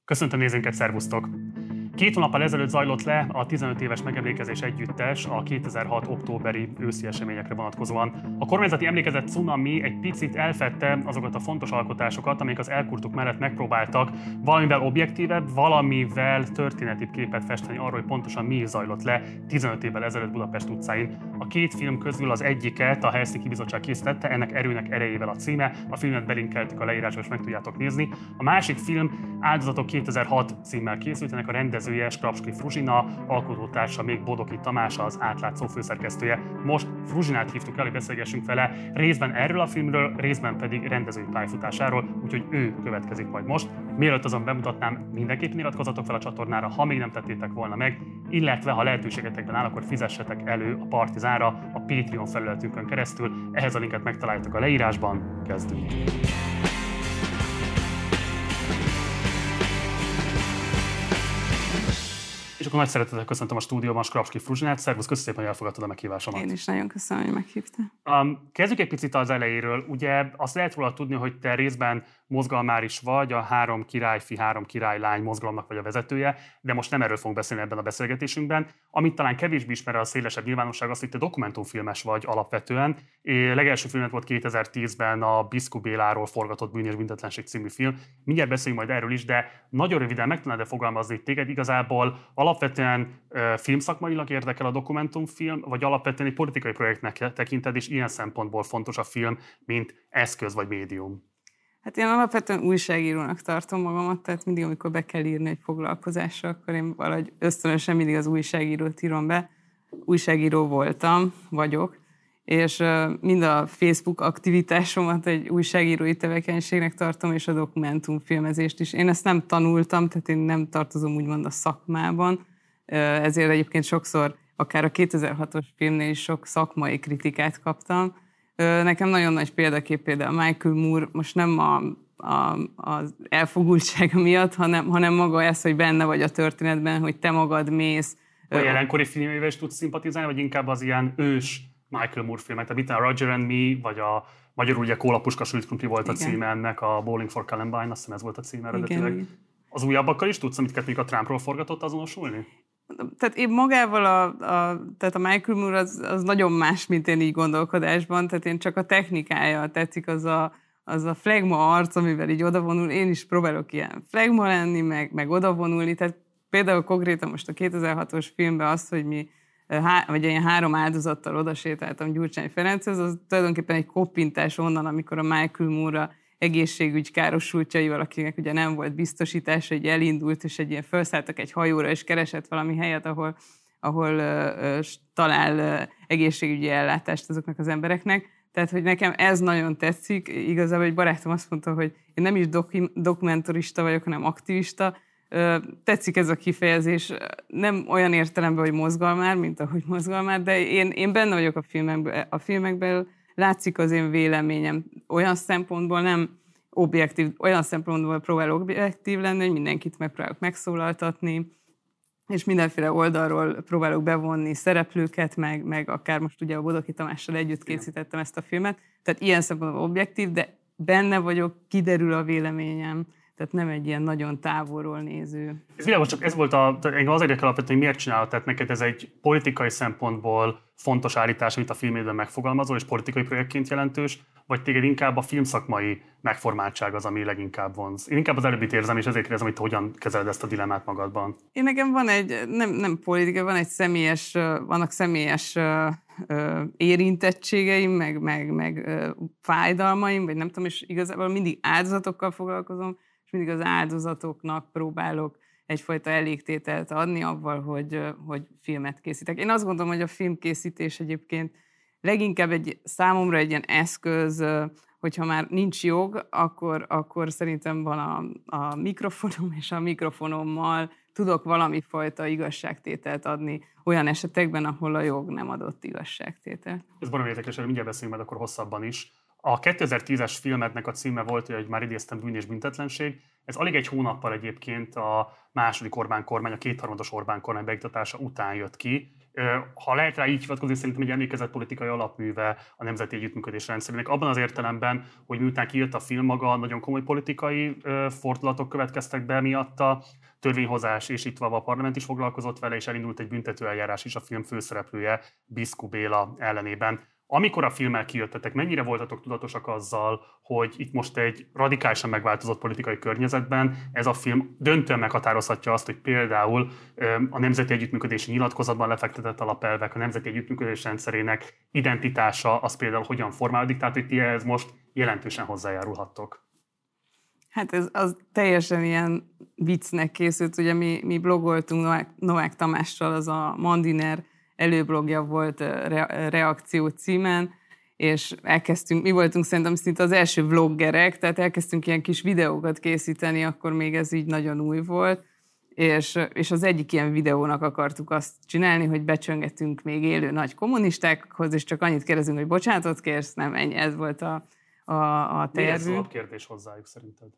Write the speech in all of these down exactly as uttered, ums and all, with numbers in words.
Köszöntöm nézőinket, szervusztok! Két hónappal ezelőtt zajlott le a tizenöt éves megemlékezés együttes a kétezer-hat októberi őszi eseményekre vonatkozóan. A kormányzati emlékezet cunami egy picit elfedte azokat a fontos alkotásokat, amik az elkurtuk mellett megpróbáltak valamivel objektívebb, valamivel történetibb képet festeni arról, hogy pontosan mi is zajlott le tizenöt évvel ezelőtt Budapest utcáin. A két film közül az egyiket a Helsinki Bizottság készítette, ennek Erőnek erejével a címe, a filmet belinkeltük a leírásba, és meg tudjátok nézni. A másik film Áldozatok kétezer-hat címmel készült, ennek a rendezője Skrapski Fruzsina, alkotótársa még Bodoki Tamás, az Átlátszó főszerkesztője. Most Fruzsinát hívtuk el, hogy beszélgessünk vele részben erről a filmről, részben pedig rendezői pályafutásáról, úgyhogy ő következik majd most. Mielőtt azon bemutatnám, mindenképpen iratkozzatok fel a csatornára, ha még nem tettétek volna meg, illetve ha lehetőségetekben áll, akkor fizessetek elő a Partizánra a Patreon felületünkön keresztül. Ehhez a linket megtaláljátok a leírásban. Kezdünk! És akkor nagy szeretettel köszöntöm a stúdióban Skrapski Fruzsinát. Szervusz, köszönöm szépen, hogy elfogadtad a meghívásomat. Én is nagyon köszönöm, hogy meghívtál. Um, kezdjük egy picit az elejéről. Ugye azt lehet róla tudni, hogy te részben mozgalmár is vagy, a Három királyfi, Három királylány mozgalomnak vagy a vezetője, de most nem erről fogunk beszélni ebben a beszélgetésünkben. Amit talán kevésbé ismer a szélesebb nyilvánosság, az, hogy te dokumentumfilmes vagy alapvetően. É, legelső filmet volt kétezer-tízben a Biszku Béláról forgatott Bűn és büntetlenség című film. Mindjárt beszéljünk majd erről is, de nagyon röviden meg tudnád-e fogalmazni, hogy téged igazából alapvetően ö, filmszakmailag érdekel a dokumentumfilm, vagy alapvetően egy politikai projektnek tekinted, és ilyen szempontból fontos a film, mint eszköz vagy médium? Hát én alapvetően újságírónak tartom magamat, tehát mindig, amikor be kell írni egy foglalkozásra, akkor én valahogy ösztönösen mindig az újságírót írom be. Újságíró voltam, vagyok, és mind a Facebook aktivitásomat egy újságírói tevékenységnek tartom, és a dokumentumfilmezést is. Én ezt nem tanultam, tehát én nem tartozom úgymond a szakmában, ezért egyébként sokszor, akár a kétezer-hatos filmnél is sok szakmai kritikát kaptam. Nekem nagyon nagy példakép például Michael Moore, most nem a, a, az elfogultsága miatt, hanem, hanem maga ez, hogy benne vagy a történetben, hogy te magad mész. A jelenkori filmével is tudsz szimpatizálni, vagy inkább az ilyen ős Michael Moore filmek? Tehát itt a Roger and Me, vagy a magyarul ugye Kóla Puska Sült Krumpli volt a Igen. címe ennek, a Bowling for Columbine, azt hiszem ez volt a címe eredetileg. Igen. Az újabbakkal is tudsz, amit mondjuk a Trumpról forgatott, azonosulni? Tehát én magával, a, a, tehát a Michael Moore az, az nagyon más, mint én így gondolkodásban, tehát én csak a technikája tetszik, az a, az a flegma arc, amivel így odavonul. Én is próbálok ilyen flegma lenni, meg, meg odavonulni, tehát például konkrétan most a kétezer-hatos filmben az, hogy mi há, vagy ilyen három áldozattal odasétáltam Gyurcsány Ferenchez, az tulajdonképpen egy koppintás onnan, amikor a Michael Moore egészségügy károsultjaival, akinek ugye nem volt biztosítása, hogy elindult, és egy ilyen felszálltak egy hajóra, és keresett valami helyet, ahol, ahol uh, talál uh, egészségügyi ellátást azoknak az embereknek. Tehát, hogy nekem ez nagyon tetszik. Igazából egy barátom azt mondta, hogy én nem is doki, dokumentarista vagyok, hanem aktivista. Uh, tetszik ez a kifejezés. Nem olyan értelemben, hogy mozgalmár, mint ahogy mozgalmár, de én, én benne vagyok a filmekben, a filmekben. Látszik az én véleményem. Olyan szempontból nem objektív, olyan szempontból próbálok objektív lenni, hogy mindenkit megpróbálok megszólaltatni, és mindenféle oldalról próbálok bevonni szereplőket, meg, meg akár most ugye a Bodoki Tamással együtt készítettem ezt a filmet. Tehát ilyen szempontból objektív, de benne vagyok, kiderül a véleményem. Tehát nem egy ilyen nagyon távolról néző. Ez világos, csak ez volt a, engem az érdekel alapvetően, hogy miért csinálod, tehát neked ez egy politikai szempontból fontos állítás, amit a filmében megfogalmazol, és politikai projektként jelentős, vagy téged inkább a filmszakmai megformáltság az, ami leginkább vonz? Én inkább az előbbit érzem, és ezért kérdezem, hogy te hogyan kezeled ezt a dilemmát magadban. Én nekem van egy, nem, nem politika, van egy személyes, vannak személyes érintettségeim, meg, meg, meg fájdalmaim, vagy nem tudom, és igazából mindig áldozatokkal foglalkozom, és mindig az áldozatoknak próbálok egyfajta elégtételt adni avval, hogy, hogy filmet készítek. Én azt gondolom, hogy a filmkészítés egyébként leginkább egy, számomra egy ilyen eszköz, hogyha már nincs jog, akkor, akkor szerintem van a, a mikrofonom, és a mikrofonommal tudok valami fajta igazságtételt adni olyan esetekben, ahol a jog nem adott igazságtételt. Ez baromi érdekes, erről mindjárt beszélünk majd akkor hosszabban is. A kétezer-tízes filmednek a címe volt, hogy már idéztem, Bűn és büntetlenség. Ez alig egy hónappal egyébként a második Orbán kormány, a kétharmados Orbán kormány beiktatása után jött ki. ha lehet rá így hivatkozni, szerintem egy emlékezetpolitikai alapműve a nemzeti együttműködés rendszerének. Abban az értelemben, hogy miután kijött a film maga, nagyon komoly politikai fordulatok következtek be miatta, törvényhozás, és itt a parlament is foglalkozott vele, és elindult egy büntetőeljárás is a film főszereplője, Biszku Béla ellenében. Amikor a filmmel kijöttetek, mennyire voltatok tudatosak azzal, hogy itt most egy radikálisan megváltozott politikai környezetben ez a film döntően meghatározhatja azt, hogy például a Nemzeti Együttműködési Nyilatkozatban lefektetett alapelvek, a Nemzeti Együttműködés rendszerének identitása, az például hogyan formálódik, tehát hogy ti ehhez most jelentősen hozzájárulhattok. Hát ez az teljesen ilyen viccnek készült, ugye mi, mi blogoltunk Novák, Novák Tamással, az a Mandiner előblogja volt re, Reakció címen, és elkezdtünk, mi voltunk szerintem szinte az első vloggerek, tehát elkezdtünk ilyen kis videókat készíteni, akkor még ez így nagyon új volt, és, és az egyik ilyen videónak akartuk azt csinálni, hogy becsöngetünk még élő nagy kommunistákhoz, és csak annyit kérdezünk, hogy bocsánatot kérsz, nem, ennyi, ez volt a, a, a tervünk. Mi ez a kérdés hozzájuk szerinted?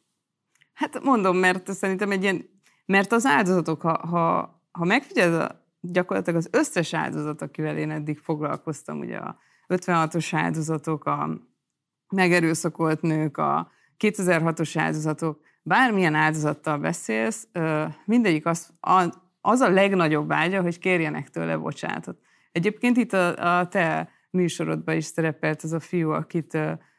Hát mondom, mert szerintem egy ilyen, mert az áldozatok, ha, ha, ha megfigyeled a gyakorlatilag az összes áldozat, akivel én eddig foglalkoztam, ugye a ötvenhatos áldozatok, a megerőszakolt nők, a kétezer-hatos áldozatok, bármilyen áldozattal beszélsz, mindegyik az, az a legnagyobb vágya, hogy kérjenek tőle bocsánatot. Egyébként itt a, a te műsorodban is szerepelt az a fiú, akit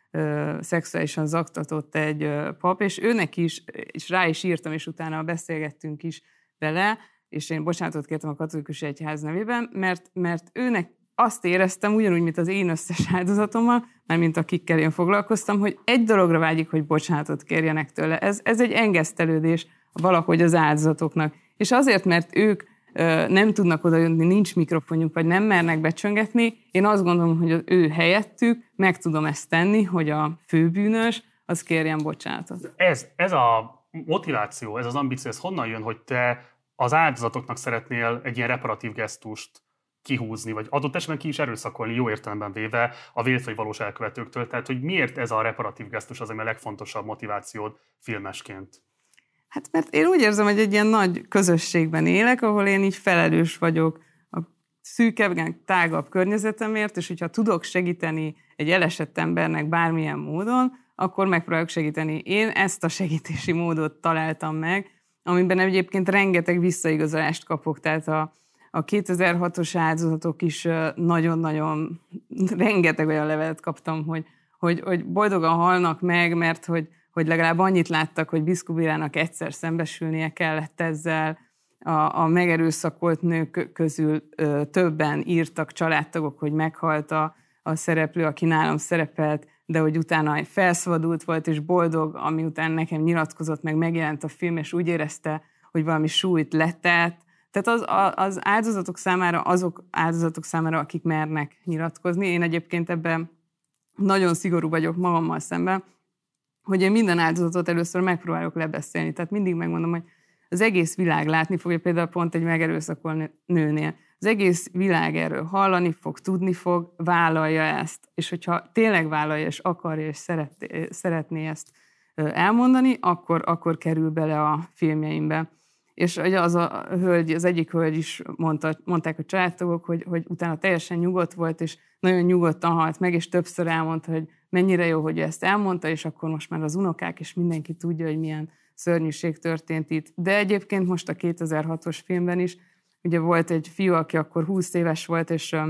ö, szexuálisan zaktatott egy ö, pap, és őnek is, és rá is írtam, és utána beszélgettünk is vele, és én bocsánatot kértem a katolikus egyház nevében, mert, mert őnek azt éreztem, ugyanúgy, mint az én összes áldozatommal, már mint akikkel én foglalkoztam, hogy egy dologra vágyik, hogy bocsánatot kérjenek tőle. Ez, ez egy engesztelődés valahogy az áldozatoknak. És azért, mert ők ö, nem tudnak odajönni, nincs mikrofonjuk, vagy nem mernek becsöngetni, én azt gondolom, hogy az ő helyettük meg tudom ezt tenni, hogy a főbűnös, az kérjen bocsánatot. Ez, ez a motiváció, ez az ambíció, ez honnan jön, hogy te az áldozatoknak szeretnél egy ilyen reparatív gesztust kihúzni, vagy adott esetben ki is erőszakolni, jó értelemben véve a vélt vagy valós elkövetőktől. Tehát, hogy miért ez a reparatív gesztus az, ami a legfontosabb motivációd filmesként? Hát mert én úgy érzem, hogy egy ilyen nagy közösségben élek, ahol én így felelős vagyok a szűkebb, tágabb környezetemért, és hogyha tudok segíteni egy elesett embernek bármilyen módon, akkor megpróbálok segíteni. Én ezt a segítési módot találtam meg, amiben egyébként rengeteg visszaigazolást kapok, tehát a, a kétezer-hatos áldozatok is nagyon-nagyon, rengeteg olyan levelet kaptam, hogy, hogy, hogy boldogan halnak meg, mert hogy, hogy legalább annyit láttak, hogy Biszku Bélának egyszer szembesülnie kellett ezzel. A, a megerőszakolt nők közül ö, többen írtak családtagok, hogy meghalt a, a szereplő, aki nálam szerepelt, de hogy utána felszabadult volt és boldog, ami után nekem nyilatkozott, meg megjelent a film, és úgy érezte, hogy valami súlyt letett. Tehát az, az áldozatok számára, azok áldozatok számára, akik mernek nyilatkozni. Én egyébként ebben nagyon szigorú vagyok magammal szemben, hogy én minden áldozatot először megpróbálok lebeszélni. Tehát mindig megmondom, hogy az egész világ látni fogja, például pont egy megerőszakolt nőnél. Az egész világ erről hallani fog, tudni fog, vállalja ezt. És hogyha tényleg vállalja, és akarja, és szeret, szeretné ezt elmondani, akkor, akkor kerül bele a filmjeimbe. És az a hölgy, az egyik hölgy is mondta, mondták a családtagok, hogy, hogy utána teljesen nyugodt volt, és nagyon nyugodtan halt meg, és többször elmondta, hogy mennyire jó, hogy ezt elmondta, és akkor most már az unokák, és mindenki tudja, hogy milyen szörnyűség történt itt. De egyébként most a kétezer-hatos filmben is, ugye volt egy fiú, aki akkor húsz éves volt, és ö,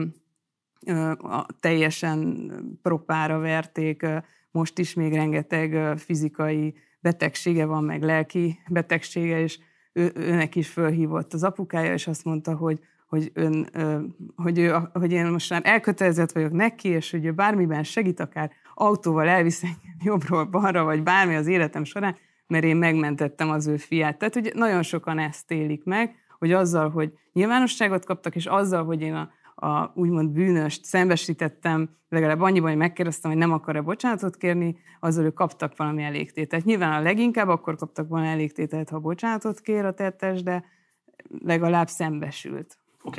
ö, teljesen propára verték, ö, most is még rengeteg ö, fizikai betegsége van, meg lelki betegsége, és ő, őnek is fölhívott az apukája, és azt mondta, hogy, hogy, ön, ö, hogy, ő, hogy én most már elkötelezett vagyok neki, és hogy ő bármiben segít, akár autóval elvisz engem jobbról balra, vagy bármi az életem során, mert én megmentettem az ő fiát. Tehát ugye nagyon sokan ezt élik meg, hogy azzal, hogy nyilvánosságot kaptak, és azzal, hogy én a, a úgymond bűnöst szembesítettem, legalább annyiban, hogy megkérdeztem, hogy nem akar-e bocsánatot kérni, azzal ők kaptak valami elégtételt. Nyilván a leginkább akkor kaptak volna elégtételt, ha bocsánatot kér a tettes, de legalább szembesült. Oké. Okay.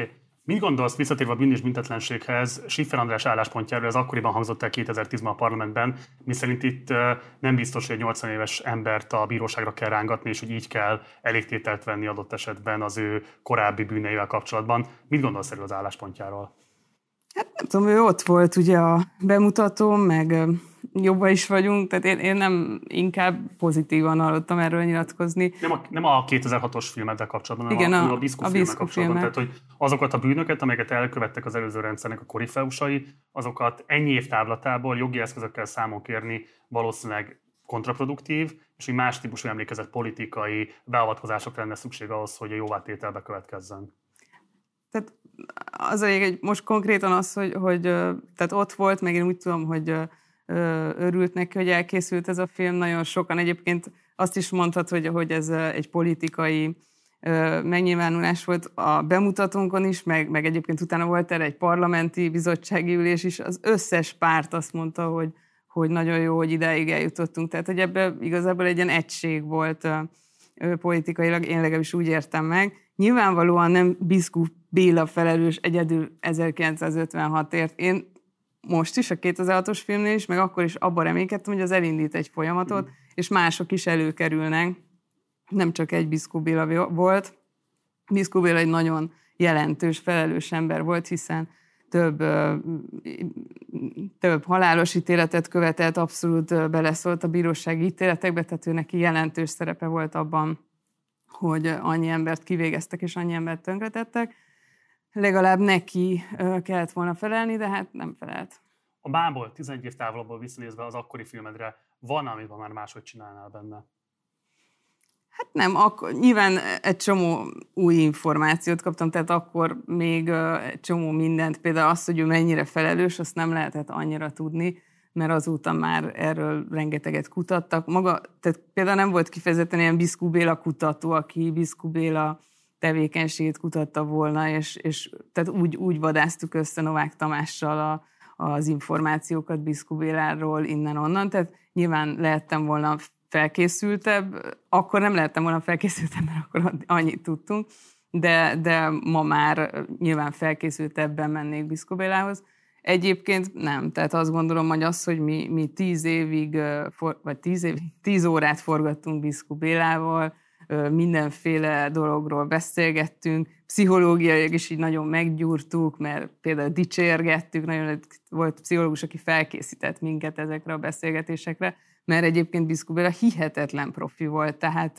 Mit gondolsz, visszatérve a bűn és büntetlenséghez, Schiffer András álláspontjáról, ez akkoriban hangzott el kétezer-tízben a parlamentben, miszerint itt nem biztos, hogy egy nyolcvan éves embert a bíróságra kell rángatni, és hogy így kell elégtételt venni adott esetben az ő korábbi bűneivel kapcsolatban. Mit gondolsz erről az álláspontjáról? Hát nem tudom, ő ott volt ugye a bemutatóm, meg jobban is vagyunk, tehát én, én nem inkább pozitívan hallottam erről nyilatkozni. Nem a, nem a kétezer-hatos filmeddel kapcsolatban, igen, hanem a, a, a Bisco a filmmel kapcsolatban. filmek. Tehát, hogy azokat a bűnöket, amelyeket elkövettek az előző rendszernek a korifeusai, azokat ennyi év távlatából jogi eszközökkel számon kérni valószínűleg kontraproduktív, és hogy más típusú emlékezett politikai beavatkozások lenne szükség ahhoz, hogy a jóvátételbe következzen. Tehát az a hogy most konkrétan az, hogy, hogy tehát ott volt, meg én úgy tudom, hogy örült neki, hogy elkészült ez a film. Nagyon sokan egyébként azt is mondhat, hogy, hogy ez egy politikai megnyilvánulás volt a bemutatónkon is, meg, meg egyébként utána volt erre egy parlamenti bizottsági ülés is. Az összes párt azt mondta, hogy, hogy nagyon jó, hogy idáig eljutottunk. Tehát, hogy ebben igazából egy ilyen egység volt politikailag, én legalábbis úgy értem meg. Nyilvánvalóan nem Biskup Béla felelős egyedül ezerkilencszázötvenhatért. Én most is, a kétezer-hatos filmnél is, meg akkor is abban reménykedtem, hogy az elindít egy folyamatot, mm. és mások is előkerülnek. Nem csak egy Biskup Béla volt. Biskup Béla egy nagyon jelentős, felelős ember volt, hiszen több, több halálos ítéletet követelt, abszolút beleszólt a bírósági ítéletekbe, tehát ő neki jelentős szerepe volt abban, hogy annyi embert kivégeztek, és annyi embert tönkretettek. Legalább neki kellett volna felelni, de hát nem felelt. A Bából, tizenegy év távolabbból visszanézve az akkori filmedre, van, amit már máshogy csinálnál benne? Hát nem, akkor nyilván egy csomó új információt kaptam, tehát akkor még egy csomó mindent, például azt, hogy ő mennyire felelős, azt nem lehetett annyira tudni, mert azóta már erről rengeteget kutattak. Maga, tehát például nem volt kifejezetten ilyen Biskup Béla kutató, aki Biskup Béla tevékenységét kutatta volna, és, és tehát úgy, úgy vadáztuk össze Novák Tamással a, az információkat Biskup Béláról innen-onnan, tehát nyilván lehettem volna felkészültebb, akkor nem lehettem volna felkészültebb, mert akkor annyit tudtunk, de, de ma már nyilván felkészültebben mennék Biskup Bélához. Egyébként nem, tehát azt gondolom, hogy az, hogy mi, mi tíz évig, vagy tíz, évig, tíz órát forgattunk Biskup Bélával, mindenféle dologról beszélgettünk, pszichológiailag is így nagyon meggyúrtuk, mert például dicsérgettük, nagyon volt pszichológus, aki felkészített minket ezekre a beszélgetésekre, mert egyébként Biskup Béla hihetetlen profi volt, tehát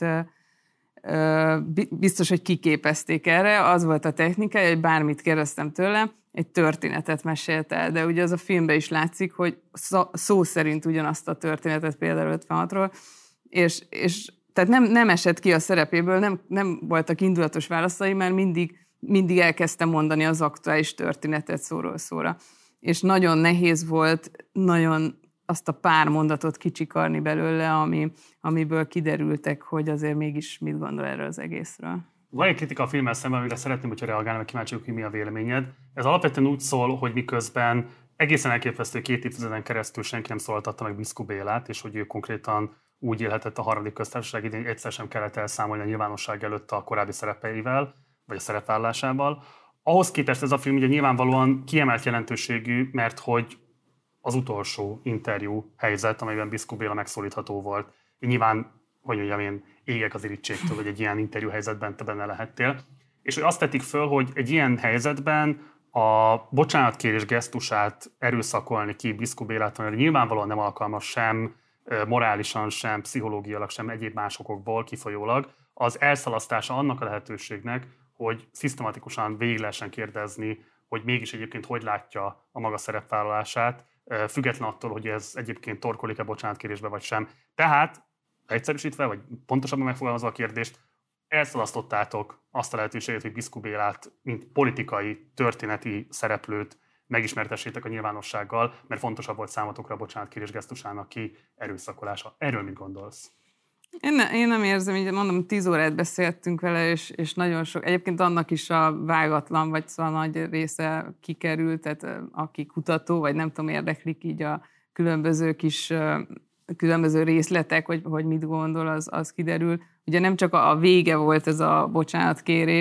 biztos, hogy kiképezték erre, az volt a technika, hogy bármit kérdeztem tőle, egy történetet mesélt el, de ugye az a filmben is látszik, hogy szó szerint ugyanazt a történetet például ötvenhatról, és, és tehát nem, nem esett ki a szerepéből, nem, nem voltak indulatos válaszai, mert mindig, mindig elkezdtem mondani az aktuális történetet szóról szóra. És nagyon nehéz volt, nagyon azt a pár mondatot kicsikarni belőle, ami, amiből kiderültek, hogy azért mégis mit gondol erről az egészről. Van egy kritika a filmmel szemben, amire szeretném, hogyha reagálni, mert kíváncsi vagyok, hogy mi a véleményed. Ez alapvetően úgy szól, hogy miközben egészen elképesztő két évtizeden keresztül senki nem szólaltatta meg Biskup Bélát, és hogy ő konkrétan úgy élhetett a harmadik köztársaság idején, hogy egyszer sem kellett elszámolni a nyilvánosság előtt a korábbi szerepeivel, vagy a szerepvállásával. Ahhoz képest ez a film ugye nyilvánvalóan kiemelt jelentőségű, mert hogy az utolsó interjú helyzet, amelyben Biskup Béla megszólítható volt. Én nyilván, hogy mondjam, én égek az irítségtől, hogy egy ilyen interjú helyzetben te benne lehettél. És hogy azt tették föl, hogy egy ilyen helyzetben a bocsánatkérés gesztusát erőszakolni ki Biskup Bélától, mert nyilvánvalóan nem alkalmas sem morálisan, sem pszichológiailag, sem egyéb más okokból kifolyólag, az elszalasztása annak a lehetőségnek, hogy szisztematikusan végig lehessen kérdezni, hogy mégis egyébként hogy látja a maga szerepvállalását, független attól, hogy ez egyébként torkolik-e bocsánatkérésbe vagy sem. Tehát, egyszerűsítve, vagy pontosabban megfogalmazva a kérdést, elszalasztottátok azt a lehetőséget, hogy Biskup Bélát, mint politikai, történeti szereplőt megismertessétek a nyilvánossággal, mert fontosabb volt számotokra a bocsánatkérés gesztusának ki erőszakolása. Erről mit gondolsz? Én, ne, én nem érzem, így mondom, tíz órát beszéltünk vele, és, és nagyon sok, egyébként annak is a vágatlan, vagy szóval nagy része kikerült, tehát aki kutató, vagy nem tudom, érdeklik így a különböző kis, különböző részletek, hogy, hogy mit gondol, az, az kiderül. Ugye nem csak a, a vége volt ez a bocsánatkérés,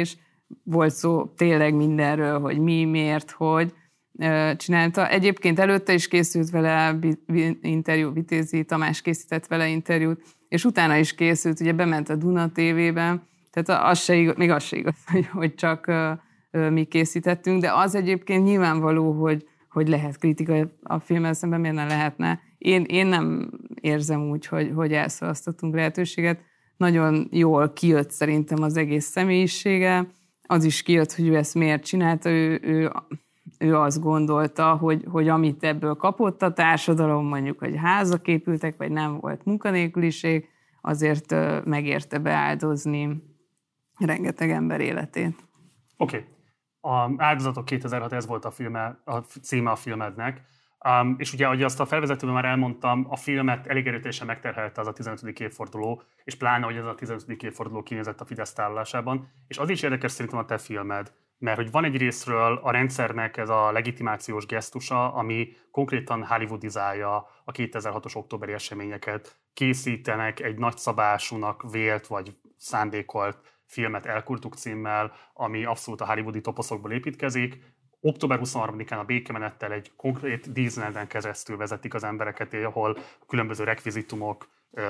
volt szó tényleg mindenről, hogy mi, miért, hogy csinálta. Egyébként előtte is készült vele interjú, Vitézi Tamás készített vele interjút, és utána is készült, ugye bement a Duna té vében, tehát az se igaz, még az se igaz, hogy, hogy csak mi készítettünk, de az egyébként nyilvánvaló, hogy, hogy lehet kritika a filmmel szemben, miért ne lehetne. Én, én nem érzem úgy, hogy, hogy elszalasztottunk lehetőséget. Nagyon jól kijött szerintem az egész személyisége, az is kijött, hogy ő ezt miért csinálta, ő, ő, ő azt gondolta, hogy, hogy amit ebből kapott a társadalom, mondjuk, hogy házak épültek, vagy nem volt munkanélküliség, azért megérte beáldozni rengeteg ember életét. Oké. Okay. A Áldozatok kétezer-hat, ez volt a, filme, a címe a filmednek. Um, és ugye, ahogy azt a felvezetőben már elmondtam, a filmet elég erőteljesen megterhelte az a tizenötödik évforduló, és pláne, hogy ez a tizenötödik évforduló kinézett a Fidesz tárolásában. És az is érdekes szerintem a te filmed, mert hogy van egy részről a rendszernek ez a legitimációs gesztusa, ami konkrétan hollywoodizálja a kétezer-hatos októberi eseményeket, készítenek egy nagyszabásúnak vélt vagy szándékolt filmet Elkurtuk címmel, ami abszolút a hollywoodi toposzokból építkezik. október huszonharmadikán a békemenettel egy konkrét Disneyland keresztül vezetik az embereket, ahol különböző rekvizitumok,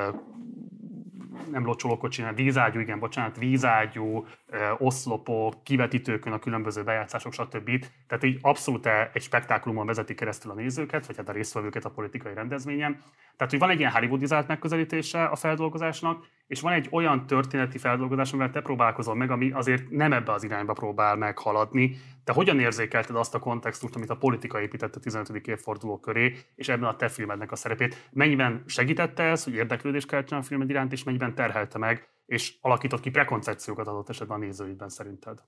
nem locsolókocsi, hanem vízágyú, igen, bocsánat, vízágyú, oszlopok, kivetítőkön a különböző bejátszások, stb. Tehát így abszolút egy spektákulumon vezetik keresztül a nézőket, vagy hát a résztvevőket a politikai rendezvényen. Tehát, hogy van egy ilyen hollywoodizált megközelítése a feldolgozásnak, és van egy olyan történeti feldolgozás, amivel te próbálkozol meg, ami azért nem ebbe az irányba próbál meghaladni. Te hogyan érzékelted azt a kontextust, amit a politika épített a tizenötödik évforduló köré, és ebben a te filmednek a szerepét? Mennyiben segítette ez, hogy érdeklődést keltsen a filmed iránt, és mennyiben terhelte meg, és alakított ki prekoncepciókat adott esetben a nézőidben szerinted?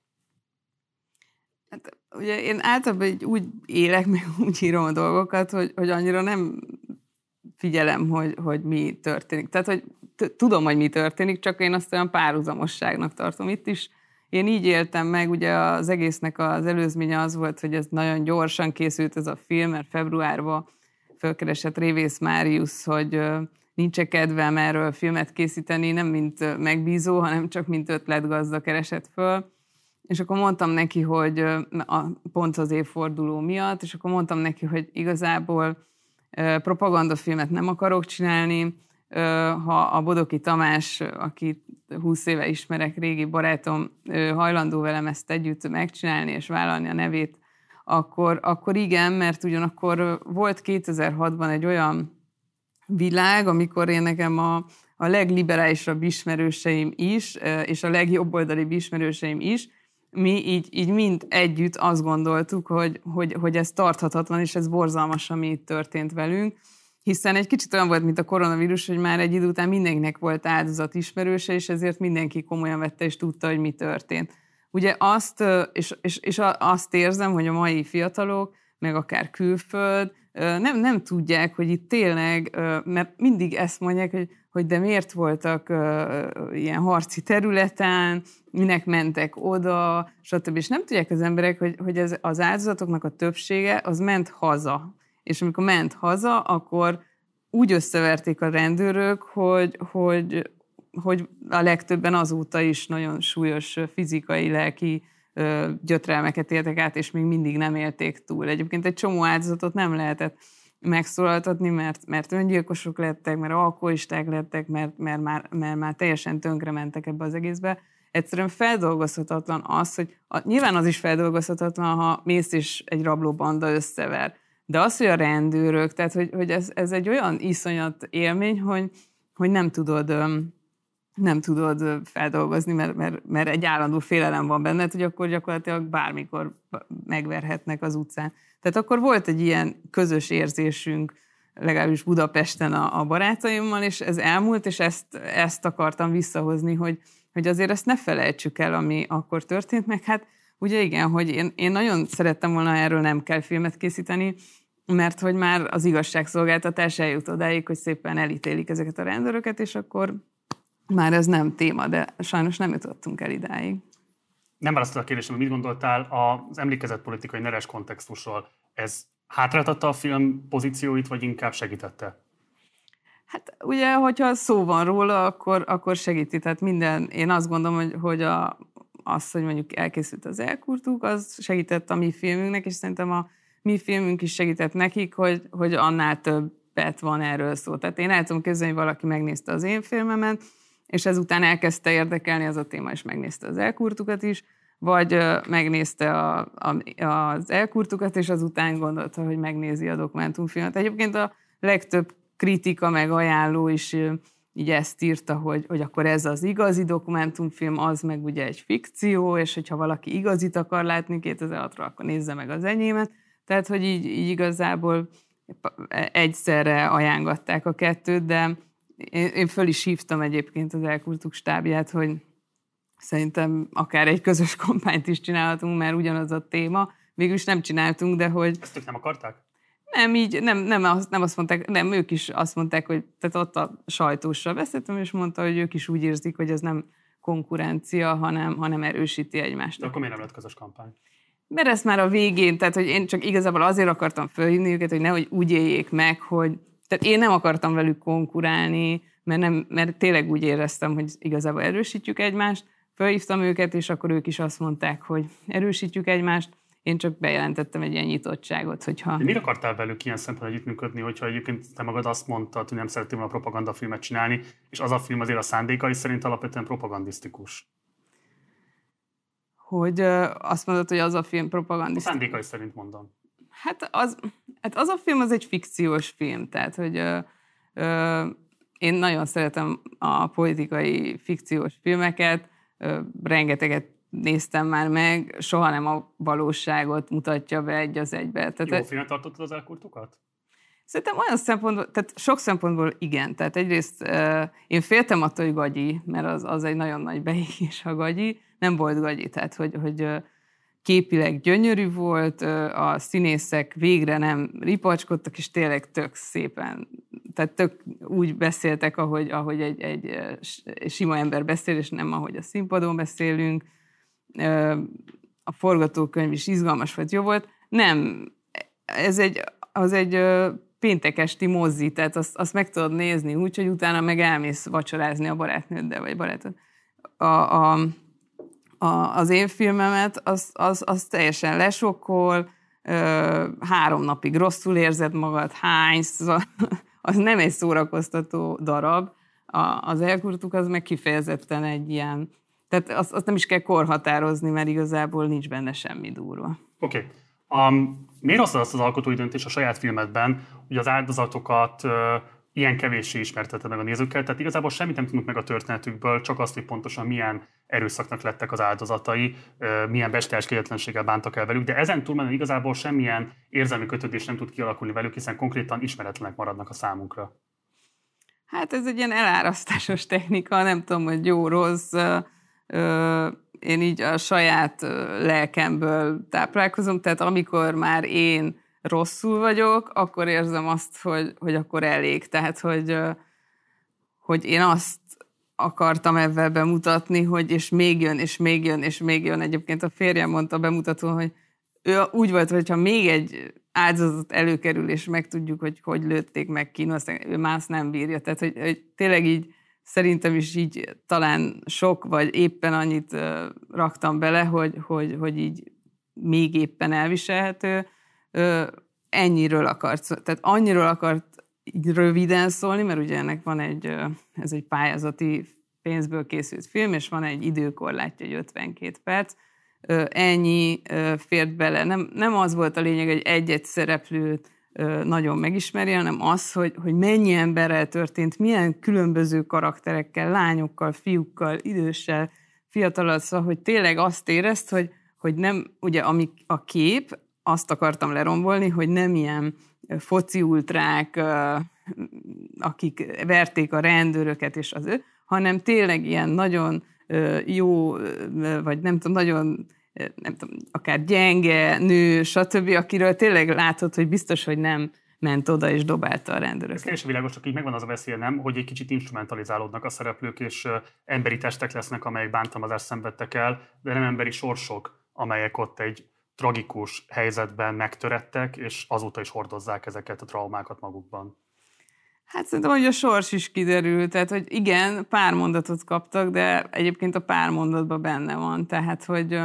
Hát, ugye én általában úgy élek, meg úgy írom a dolgokat, hogy, hogy annyira nem figyelem, hogy, hogy mi történik. Tehát, hogy t- tudom, hogy mi történik, csak én azt olyan párhuzamosságnak tartom. Itt is én így éltem meg, ugye az egésznek az előzménye az volt, hogy ez nagyon gyorsan készült ez a film, mert februárban fölkeresett Révész Máriusz, hogy nincs kedvem erről filmet készíteni, nem mint megbízó, hanem csak mint ötletgazda keresett föl. És akkor mondtam neki, hogy a, pont az évforduló miatt, és akkor mondtam neki, hogy igazából propagandafilmet nem akarok csinálni, ha a Bodoki Tamás, akit húsz éve ismerek, régi barátom, hajlandó velem ezt együtt megcsinálni és vállalni a nevét, akkor, akkor igen, mert ugyanakkor volt kétezer-hatban egy olyan világ, amikor én nekem a, a legliberálisabb ismerőseim is, és a legjobboldalibb ismerőseim is, mi így, így mind együtt azt gondoltuk, hogy, hogy, hogy ez tarthatatlan, és ez borzalmas, ami itt történt velünk, hiszen egy kicsit olyan volt, mint a koronavírus, hogy már egy idő után mindenkinek volt áldozat ismerőse, és ezért mindenki komolyan vette, és tudta, hogy mi történt. Ugye azt, és, és, és azt érzem, hogy a mai fiatalok, meg akár külföld, nem, nem tudják, hogy itt tényleg, mert mindig ezt mondják, hogy, hogy de miért voltak ilyen harci területen, minek mentek oda, stb. És nem tudják az emberek, hogy, hogy ez, az áldozatoknak a többsége az ment haza. És amikor ment haza, akkor úgy összeverték a rendőrök, hogy, hogy, hogy a legtöbben azóta is nagyon súlyos fizikai, lelki gyötrelmeket éltek át, és még mindig nem élték túl. Egyébként egy csomó áldozatot nem lehetett megszólaltatni, mert, mert öngyilkosok lettek, mert alkoholisták lettek, mert, mert, már, mert már teljesen tönkre mentek ebbe az egészbe. Egyszerűen feldolgozhatatlan az, hogy a, nyilván az is feldolgozhatatlan, ha mész és egy rablóbanda összever. De az, hogy a rendőrök, tehát hogy, hogy ez, ez egy olyan iszonyat élmény, hogy, hogy nem tudod... nem tudod feldolgozni, mert, mert, mert egy állandó félelem van benned, hogy akkor gyakorlatilag bármikor megverhetnek az utcán. Tehát akkor volt egy ilyen közös érzésünk, legalábbis Budapesten a, a barátaimmal, és ez elmúlt, és ezt, ezt akartam visszahozni, hogy, hogy azért ezt ne felejtsük el, ami akkor történt, meg hát ugye igen, hogy én, én nagyon szerettem volna, erről nem kell filmet készíteni, mert hogy már az igazságszolgáltatás eljut odáig, hogy szépen elítélik ezeket a rendőröket, és akkor már ez nem téma, de sajnos nem jutottunk el idáig. Nem választod a kérdésem, mit gondoltál az emlékezett politikai neres kontextusról? Ez hátráltatta a film pozícióit, vagy inkább segítette? Hát ugye, hogyha szó van róla, akkor, akkor segíti. Tehát minden, én azt gondolom, hogy, hogy a, az, hogy mondjuk elkészült az Elkurtuk, az segített a mi filmünknek, és szerintem a mi filmünk is segített nekik, hogy, hogy annál többet van erről szó. Tehát én el tudom képzelni, hogy valaki megnézte az én filmemet, és ezután elkezdte érdekelni az a téma, és megnézte az Elkurtukat is, vagy megnézte a, a, az Elkurtukat, és azután gondolta, hogy megnézi a dokumentumfilmet. Egyébként a legtöbb kritika meg ajánló is így ezt írta, hogy, hogy akkor ez az igazi dokumentumfilm, az meg ugye egy fikció, és hogyha valaki igazit akar látni kétezer-hatról, akkor nézze meg az enyémet. Tehát, hogy így, így igazából egyszerre ajángatták a kettőt, de én, én föl is hívtam egyébként az Elkurtuk stábját, hogy szerintem akár egy közös kampányt is csinálhatunk, mert ugyanaz a téma. Végülis nem csináltunk, de hogy... Ezt ők nem akarták? Nem, így, nem, nem, azt, nem azt mondták, nem, ők is azt mondták, hogy tehát ott a sajtóssal beszéltem, és mondta, hogy ők is úgy érzik, hogy ez nem konkurencia, hanem, hanem erősíti egymást. De akkor miért nem lett közös kampány? Mert ezt már a végén, tehát hogy én csak igazából azért akartam fölhívni őket, hogy nehogy úgy éljék meg, hogy... Tehát én nem akartam velük konkurálni, mert, nem, mert tényleg úgy éreztem, hogy igazából erősítjük egymást. Fölhívtam őket, és akkor ők is azt mondták, hogy erősítjük egymást. Én csak bejelentettem egy ilyen nyitottságot, hogyha... De miért akartál velük ilyen szempontból együttműködni, hogyha egyébként te magad azt mondtad, hogy nem szerettél volna propagandafilmet csinálni, és az a film azért a szándékai szerint alapvetően propagandisztikus? Hogy ö, azt mondod, hogy az a film propagandisztikus? A szándékai szerint mondom. Hát az, hát az a film az egy fikciós film, tehát hogy ö, ö, én nagyon szeretem a politikai fikciós filmeket, ö, rengeteget néztem már meg, soha nem a valóságot mutatja be egy az egybe. Tehát, jó filmet tartottad az Elkurtukat? Szerintem olyan szempontból, tehát sok szempontból igen. Tehát egyrészt uh, én féltem attól, hogy gagyi, mert az, az egy nagyon nagy beégés, ha gagyi. Nem volt gagyi, tehát hogy, hogy uh, képileg gyönyörű volt, uh, a színészek végre nem ripacskodtak, és tényleg tök szépen, tehát tök úgy beszéltek, ahogy, ahogy egy, egy uh, sima ember beszél, és nem ahogy a színpadon beszélünk. A forgatókönyv is izgalmas volt, jó volt. Nem, ez egy, az egy péntek esti mozi, tehát azt, azt meg tudod nézni úgy, hogy utána meg elmész vacsorázni a barátnőddel, vagy barátod. A, a, a, az én filmemet, az, az, az teljesen lesokkol, három napig rosszul érzed magad, hányszor, az nem egy szórakoztató darab. A, az Elkurtuk az meg kifejezetten egy ilyen. Tehát azt, azt nem is kell korhatározni, mert igazából nincs benne semmi durva. Oké. Okay. Um, miért hoztad azt az alkotói döntés a saját filmedben, hogy az áldozatokat uh, ilyen kevéssé ismerteted meg a nézőkkel? Tehát igazából semmit nem tudunk meg a történetükből, csak azt, hogy pontosan milyen erőszaknak lettek az áldozatai, uh, milyen bestiális kegyetlenséggel bántak el velük, de ezen túlmenően igazából semmilyen érzelmi kötődés nem tud kialakulni velük, hiszen konkrétan ismeretlenek maradnak a számunkra. Hát ez egy ilyen elárasztásos technika, nem tudom, hogy jó-rossz. Én így a saját lelkemből táplálkozom, tehát amikor már én rosszul vagyok, akkor érzem azt, hogy, hogy akkor elég. Tehát, hogy, hogy én azt akartam ebben bemutatni, hogy és még jön, és még jön, és még jön. Egyébként a férjem mondta bemutatón, hogy ő úgy volt, hogyha még egy áldozat előkerül, és megtudjuk, hogy hogy lőtték meg ki, ő már azt nem bírja. Tehát, hogy, hogy tényleg így szerintem is így talán sok, vagy éppen annyit uh, raktam bele, hogy, hogy, hogy így még éppen elviselhető. Uh, ennyiről akart, tehát annyiról akart így röviden szólni, mert ugye ennek van egy, uh, ez egy pályázati pénzből készült film, és van egy időkorlátja, egy ötvenkét perc. Uh, ennyi uh, fért bele. Nem, nem az volt a lényeg, hogy egy-egy szereplőt nagyon megismeri, hanem az, hogy, hogy mennyi emberrel történt, milyen különböző karakterekkel, lányokkal, fiúkkal, időssel, fiatallal, szóval, hogy tényleg azt érezt, hogy, hogy nem, ugye ami a kép, azt akartam lerombolni, hogy nem ilyen foci ultrák, akik verték a rendőröket és az ő, hanem tényleg ilyen nagyon jó, vagy nem tudom, nagyon nem tudom, akár gyenge nő, stb., akiről tényleg látod, hogy biztos, hogy nem ment oda és dobálta a rendőröket. Ez teljesen világos, csak így megvan az a veszélye, nem, hogy egy kicsit instrumentalizálódnak a szereplők, és uh, emberi testek lesznek, amelyek bántalmazást szenvedtek el, de nem emberi sorsok, amelyek ott egy tragikus helyzetben megtörettek, és azóta is hordozzák ezeket a traumákat magukban. Hát szerintem, hogy a sors is kiderül, tehát, hogy igen, pár mondatot kaptak, de egyébként a pár mondatban benne van, tehát, hogy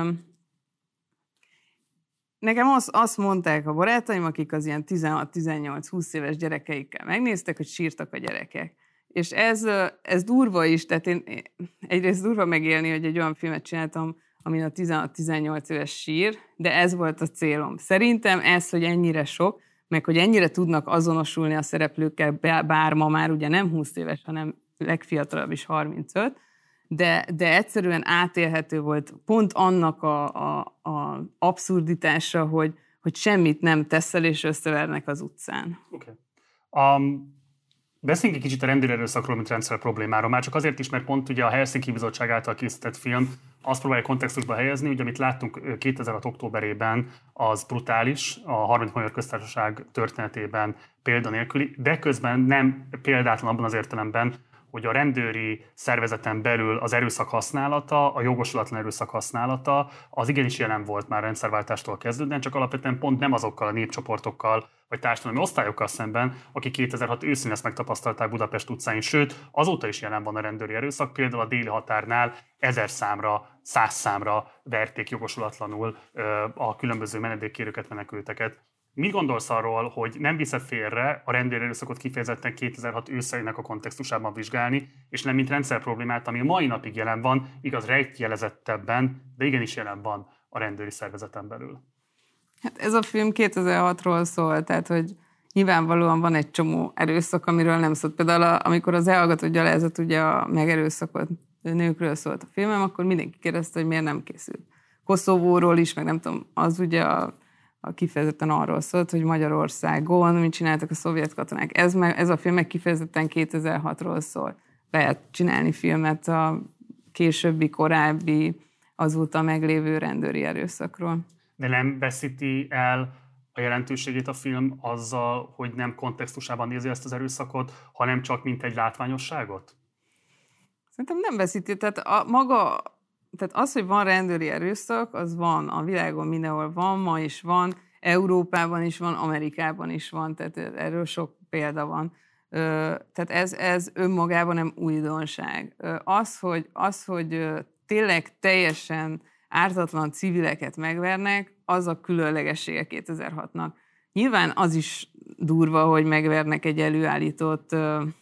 nekem azt, azt mondták a barátaim, akik az ilyen tizenhat-tizennyolc-húsz éves gyerekeikkel megnéztek, hogy sírtak a gyerekek. És ez, ez durva is, tehát én egyrészt durva megélni, hogy egy olyan filmet csináltam, amin a tizenhat-tizennyolc éves sír, de ez volt a célom. Szerintem ez, hogy ennyire sok, meg hogy ennyire tudnak azonosulni a szereplőkkel, bár ma már ugye nem húsz éves, hanem legfiatalabb is harmincöt, de, de egyszerűen átélhető volt pont annak a, a, a abszurditása, hogy, hogy semmit nem teszel, és összevernek az utcán. Oké. Okay. Um... Beszéljünk egy kicsit a rendőrerőszakról, mint rendszer problémáról. Már csak azért is, mert pont ugye a Helsinki Bizottság által készített film azt próbálja kontextusba helyezni, hogy amit láttunk kétezer-hat októberében, az brutális, a harmadik Magyar Köztársaság történetében példanélküli, de közben nem példátlan abban az értelemben, hogy a rendőri szervezeten belül az erőszak használata, a jogosulatlan erőszak használata, az igenis jelen volt már rendszerváltástól kezdődően, csak alapvetően pont nem azokkal a népcsoportokkal, vagy társadalmi osztályokkal szemben, akik kétezer-hat őszén ezt megtapasztalták Budapest utcáin, sőt, azóta is jelen van a rendőri erőszak, például a déli határnál ezer számra, száz számra verték jogosulatlanul a különböző menedékkérőket, menekülteket. Mit gondolsz arról, hogy nem viszed félre a rendőri erőszakot kifejezetten kétezer-hat őszeinek a kontextusában vizsgálni, és nem mint rendszer problémát, ami a mai napig jelen van, igaz rejtjelezettebben, de igenis jelen van a rendőri szervezeten belül? Hát ez a film kétezer-hatról szól, tehát hogy nyilvánvalóan van egy csomó erőszak, amiről nem szólt. Például amikor az elhallgatott gyalázat ugye a megerőszakot nőkről szólt a filmem, akkor mindenki kérdezte, hogy miért nem készült. Koszovóról is, meg nem tudom, az ugye a a kifejezetten arról szólt, hogy Magyarországon mit csináltak a szovjet katonák. Ez, meg, ez a film meg kifejezetten kétezer-hatról szól. Lehet csinálni filmet a későbbi, korábbi, azóta meglévő rendőri erőszakról. De nem veszíti el a jelentőségét a film azzal, hogy nem kontextusában nézi ezt az erőszakot, hanem csak mint egy látványosságot? Szerintem nem veszíti. Tehát a maga... Tehát az, hogy van rendőri erőszak, az van a világon mindenhol van, ma is van, Európában is van, Amerikában is van, tehát erről sok példa van. Tehát ez, ez önmagában nem újdonság. Az, hogy, az, hogy tényleg teljesen ártatlan civileket megvernek, az a különlegessége kétezer-hatnak. Nyilván az is durva, hogy megvernek egy előállított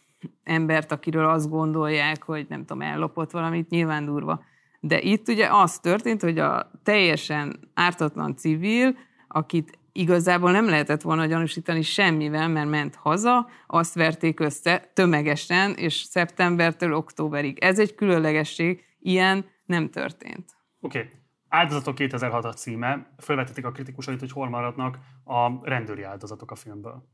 embert, akiről azt gondolják, hogy nem tudom, ellopott valamit, nyilván durva. De itt ugye az történt, hogy a teljesen ártatlan civil, akit igazából nem lehetett volna gyanúsítani semmivel, mert ment haza, azt verték össze tömegesen, és szeptembertől októberig. Ez egy különlegesség, ilyen nem történt. Oké. Okay. Áldozatok kétezer-hat a címe. Fölvetették a kritikusait, hogy hol maradnak a rendőri áldozatok a filmből.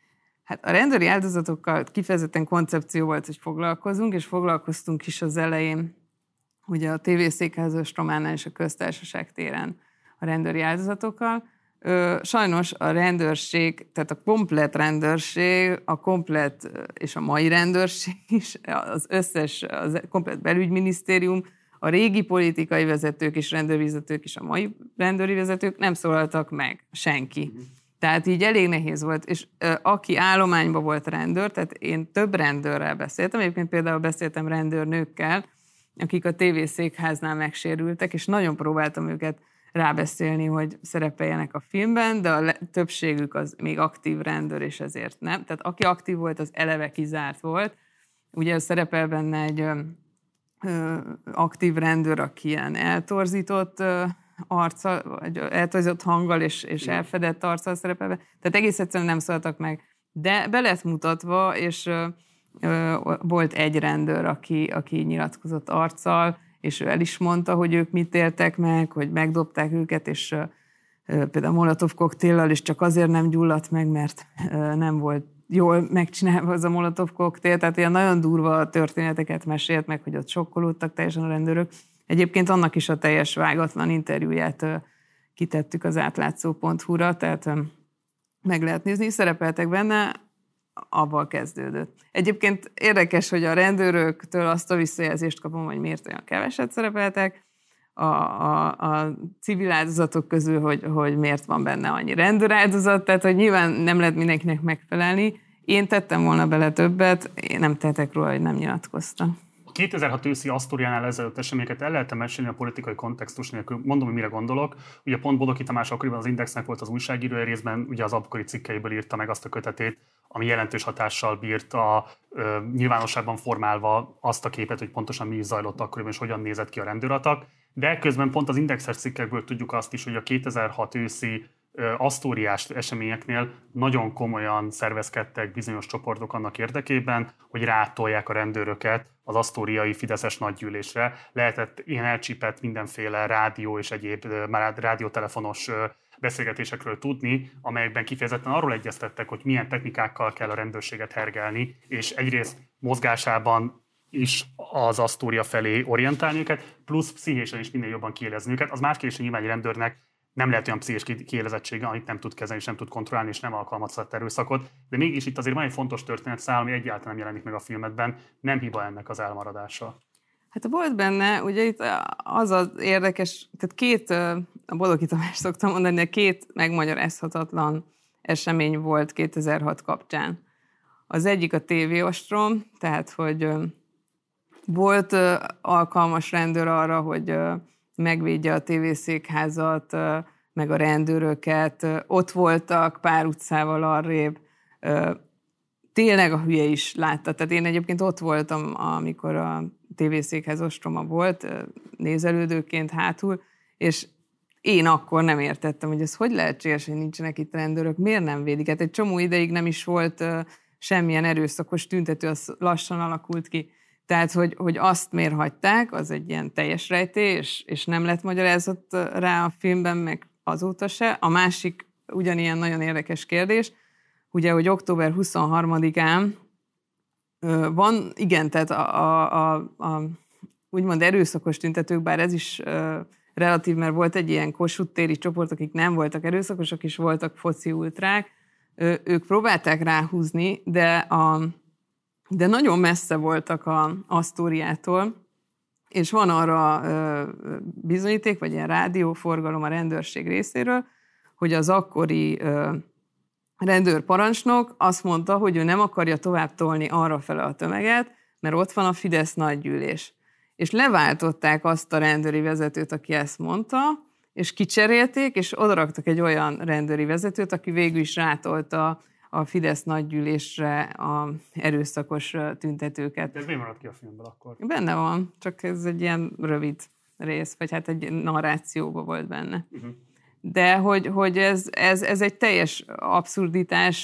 Hát a rendőri áldozatokkal kifejezetten koncepció volt, hogy foglalkozunk, és foglalkoztunk is az elején, ugye a tévészékházas Románál és a Köztársaság téren a rendőri áldozatokkal. Sajnos a rendőrség, tehát a komplett rendőrség, a komplett és a mai rendőrség is, az összes, az komplett belügyminisztérium, a régi politikai vezetők és rendőrvezetők és a mai rendőri vezetők nem szólaltak meg, senki. Tehát így elég nehéz volt, és aki állományban volt rendőr, tehát én több rendőrrel beszéltem, egyébként például beszéltem rendőrnőkkel, akik a tévészékháznál megsérültek, és nagyon próbáltam őket rábeszélni, hogy szerepeljenek a filmben, de a le- többségük az még aktív rendőr, és ezért nem. Tehát aki aktív volt, az eleve kizárt volt. Ugye szerepel benne egy ö, ö, aktív rendőr, aki ilyen eltorzított ö, arccal, vagy eltorzított hanggal és, és elfedett arccal szerepel be. Tehát egész egyszerűen nem szóltak meg. De be lett mutatva, és ö, ö, volt egy rendőr, aki, aki nyilatkozott arccal, és ő el is mondta, hogy ők mit éltek meg, hogy megdobták őket, és ö, ö, például molotov koktéllal, és csak azért nem gyulladt meg, mert ö, nem volt jól megcsinálva az a molotov koktél. Tehát ilyen nagyon durva történeteket mesélt meg, hogy ott sokkolódtak teljesen a rendőrök. Egyébként annak is a teljes vágatlan interjúját ö, kitettük az átlátszó pont hu-ra, tehát ö, meg lehet nézni, szerepeltek benne, avval kezdődött. Egyébként érdekes, hogy a rendőröktől azt a visszajelzést kapom, hogy miért olyan keveset szerepeltek, a, a, a civil áldozatok közül, hogy, hogy miért van benne annyi rendőráldozat, tehát hogy nyilván nem lehet mindenkinek megfelelni. én tettem volna bele többet, én nem tettek róla, hogy nem nyilatkoztam. A kétezer-hat őszi Asztóriánál ezelőtt eseményeket el lehet mesélni a politikai kontextus nélkül. Mondom, hogy mire gondolok. Ugye pont Bodoki Tamás akkoriban az Indexnek volt az újságíró, részben ugye az akkori cikkeiből írta meg azt a kötetét, ami jelentős hatással bírt a ö, nyilvánosságban formálva azt a képet, hogy pontosan mi is zajlott akkoriban, és hogyan nézett ki a rendőratak. De közben pont az Indexes cikkekből tudjuk azt is, hogy a kétezer-hat őszi asztóriás eseményeknél nagyon komolyan szervezkedtek bizonyos csoportok annak érdekében, hogy rátolják a rendőröket az asztóriai fideszes nagygyűlésre. Lehetett ilyen elcsípett mindenféle rádió és egyéb már rádiótelefonos beszélgetésekről tudni, amelyekben kifejezetten arról egyeztettek, hogy milyen technikákkal kell a rendőrséget hergelni, és egyrészt mozgásában is az Asztória felé orientálni őket, plusz pszichésen is minél jobban kiélezni őket. Az más kérdés, hogy nyilván egy rendőrnek nem lehet olyan pszichés kiélezettsége, amit nem tud kezelni, és nem tud kontrollálni, és nem alkalmazhat erőszakot. De mégis itt azért van egy fontos történetszál, ami egyáltalán nem jelenik meg a filmedben. Nem hiba ennek az elmaradása. Hát volt benne, ugye itt az az érdekes, tehát két, a Bodoki Tamás szoktam mondani, de két megmagyarázhatatlan esemény volt kétezer-hat kapcsán. Az egyik a tévéostrom, tehát hogy volt alkalmas rendőr arra, hogy megvédje a tévészékházat, meg a rendőröket, ott voltak pár utcával arrébb, tényleg a hülye is látta. Tehát én egyébként ott voltam, amikor a tévészékház ostroma volt, nézelődőként hátul, és én akkor nem értettem, hogy ez hogy lehetséges, hogy nincsenek itt rendőrök, miért nem védik? Hát egy csomó ideig nem is volt semmilyen erőszakos tüntető, az lassan alakult ki. Tehát, hogy, hogy azt miért hagyták, az egy ilyen teljes rejtély, és, és nem lett magyarázat rá a filmben, meg azóta se. A másik ugyanilyen nagyon érdekes kérdés, ugye, hogy október huszonharmadikán van, igen, tehát a, a, a, a úgymond erőszakos tüntetők, bár ez is uh, relatív, mert volt egy ilyen Kossuth téri csoport, akik nem voltak erőszakosak, és voltak foci ultrák, uh, ők próbálták ráhúzni, de, a, de nagyon messze voltak a Asztóriától, és van arra uh, bizonyíték, vagy ilyen rádióforgalom a rendőrség részéről, hogy az akkori uh, rendőrparancsnok azt mondta, hogy ő nem akarja tovább tolni arrafele a tömeget, mert ott van a Fidesz nagygyűlés. És leváltották azt a rendőri vezetőt, aki ezt mondta, és kicserélték, és odaraktak egy olyan rendőri vezetőt, aki végül is rátolta a Fidesz nagygyűlésre a erőszakos tüntetőket. De ez miért maradt ki a filmből akkor? Benne van, csak ez egy ilyen rövid rész, vagy hát egy narrációban volt benne. Uh-huh. De hogy, hogy ez, ez, ez egy teljes abszurditás,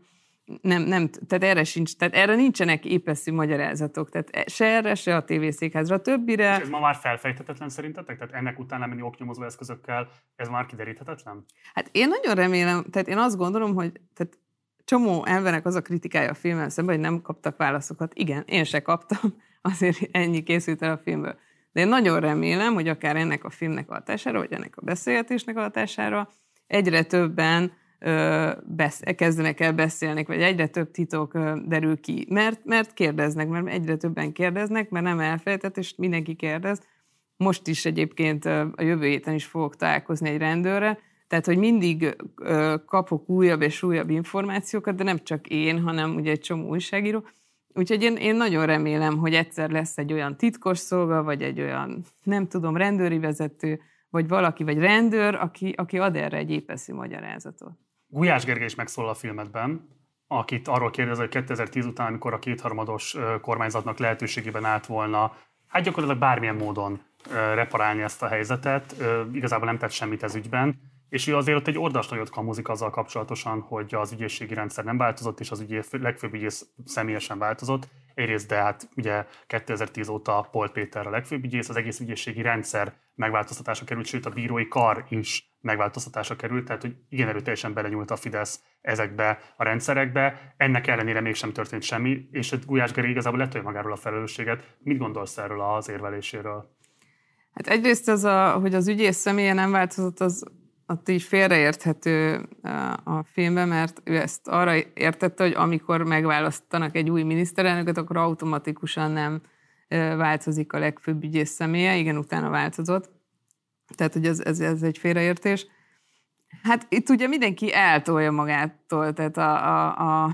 nem, nem, tehát erre sincs, tehát erre nincsenek épeszű magyarázatok, tehát se erre, se a tévészékházra, többire. És ez ma már felfejthetetlen szerintetek? Tehát ennek után menni oknyomozó eszközökkel, ez már kideríthetetlen? Hát én nagyon remélem, tehát én azt gondolom, hogy tehát csomó embernek az a kritikája a filmmel szemben, hogy nem kaptak válaszokat. Igen, én se kaptam, azért ennyi készült el a filmből. De én nagyon remélem, hogy akár ennek a filmnek a hatására, vagy ennek a beszélgetésnek a hatására egyre többen ö, besz- kezdenek el beszélni, vagy egyre több titok ö, derül ki. Mert, mert kérdeznek, mert egyre többen kérdeznek, mert nem elfelejtett, és mindenki kérdez. Most is egyébként ö, a jövő héten is fogok találkozni egy rendőrre, tehát, hogy mindig ö, kapok újabb és újabb információkat, de nem csak én, hanem ugye egy csomó újságíró. Úgyhogy én, én nagyon remélem, hogy egyszer lesz egy olyan titkos szolga, vagy egy olyan, nem tudom, rendőri vezető, vagy valaki, vagy rendőr, aki, aki ad erre egy épeszű magyarázatot. Gulyás Gergely is megszólal a filmedben, akit arról kérdez, hogy kétezer-tíz után, amikor a kétharmados kormányzatnak lehetőségében állt volna, hát gyakorlatilag bármilyen módon reparálni ezt a helyzetet, igazából nem tett semmit ez ügyben, és ő azért ott egy ordas nagyot kamuzik azzal kapcsolatosan, hogy az ügyészségi rendszer nem változott, és az ügyész, legfőbb ügyész személyesen változott. Egyrészt, de hát ugye kétezer-tíz óta Polt Péter a legfőbb ügyész, az egész ügyészségi rendszer megváltoztatása került, sőt a bírói kar is megváltoztatása került, tehát hogy igen erőteljesen belenyúlt a Fidesz ezekbe a rendszerekbe. Ennek ellenére mégsem történt semmi, és Gulyás Gergely igazából letolja magáról a felelősséget. Mit gondolsz erről az érveléséről? Hát egyrészt az, a, hogy az ügyész személye nem változott, az ott így félreérthető a filmben, mert ő ezt arra értette, hogy amikor megválasztanak egy új miniszterelnököt, akkor automatikusan nem változik a legfőbb ügyész személye. Igen, utána változott. Tehát, hogy ez, ez, ez egy félreértés. Hát itt ugye mindenki eltolja magától, tehát a, a, a,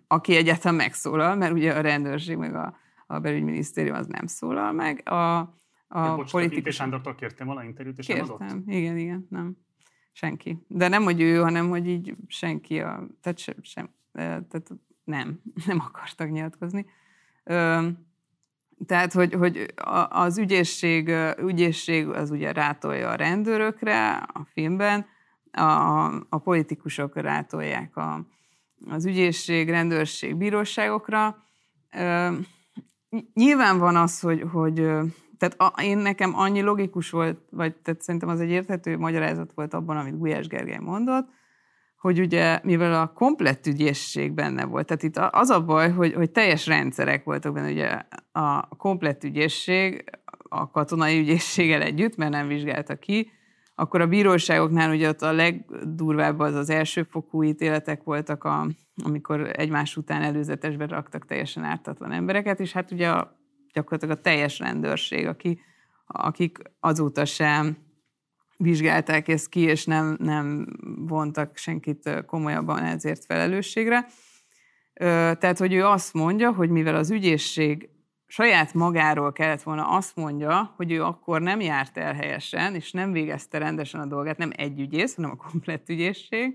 aki egyáltalán megszólal, mert ugye a rendőrség meg a, a belügyminisztérium az nem szólal meg. A, a bocs, politikus... Sándortól kértem volna interjút, és Kértem. nem adott? Igen, igen, nem. Senki. De nem, hogy ő, hanem, hogy így senki, a, tehát, sem, sem, tehát nem, nem akartak nyilatkozni. Tehát, hogy, hogy az ügyészség, ügyészség az ugye rátolja a rendőrökre a filmben, a, a politikusok rátolják a, az ügyészség, rendőrség, bíróságokra. Nyilván van az, hogy, hogy tehát a, én nekem annyi logikus volt, vagy tehát szerintem az egy érthető magyarázat volt abban, amit Gulyás Gergely mondott, hogy ugye, mivel a komplett ügyészség benne volt, tehát itt az a baj, hogy, hogy teljes rendszerek voltak benne, ugye a komplett ügyészség, a katonai ügyészséggel együtt, mert nem vizsgálta ki, akkor a bíróságoknál ugye ott a legdurvább az az elsőfokú ítéletek voltak, a, amikor egymás után előzetesbe raktak teljesen ártatlan embereket, és hát ugye a, gyakorlatilag a teljes rendőrség, aki, akik azóta sem vizsgálták ezt ki, és nem, nem vontak senkit komolyabban ezért felelősségre. Tehát, hogy ő azt mondja, hogy mivel az ügyészség saját magáról kellett volna azt mondja, hogy ő akkor nem járt el helyesen, és nem végezte rendesen a dolgát, nem egy ügyész, hanem a komplett ügyészség,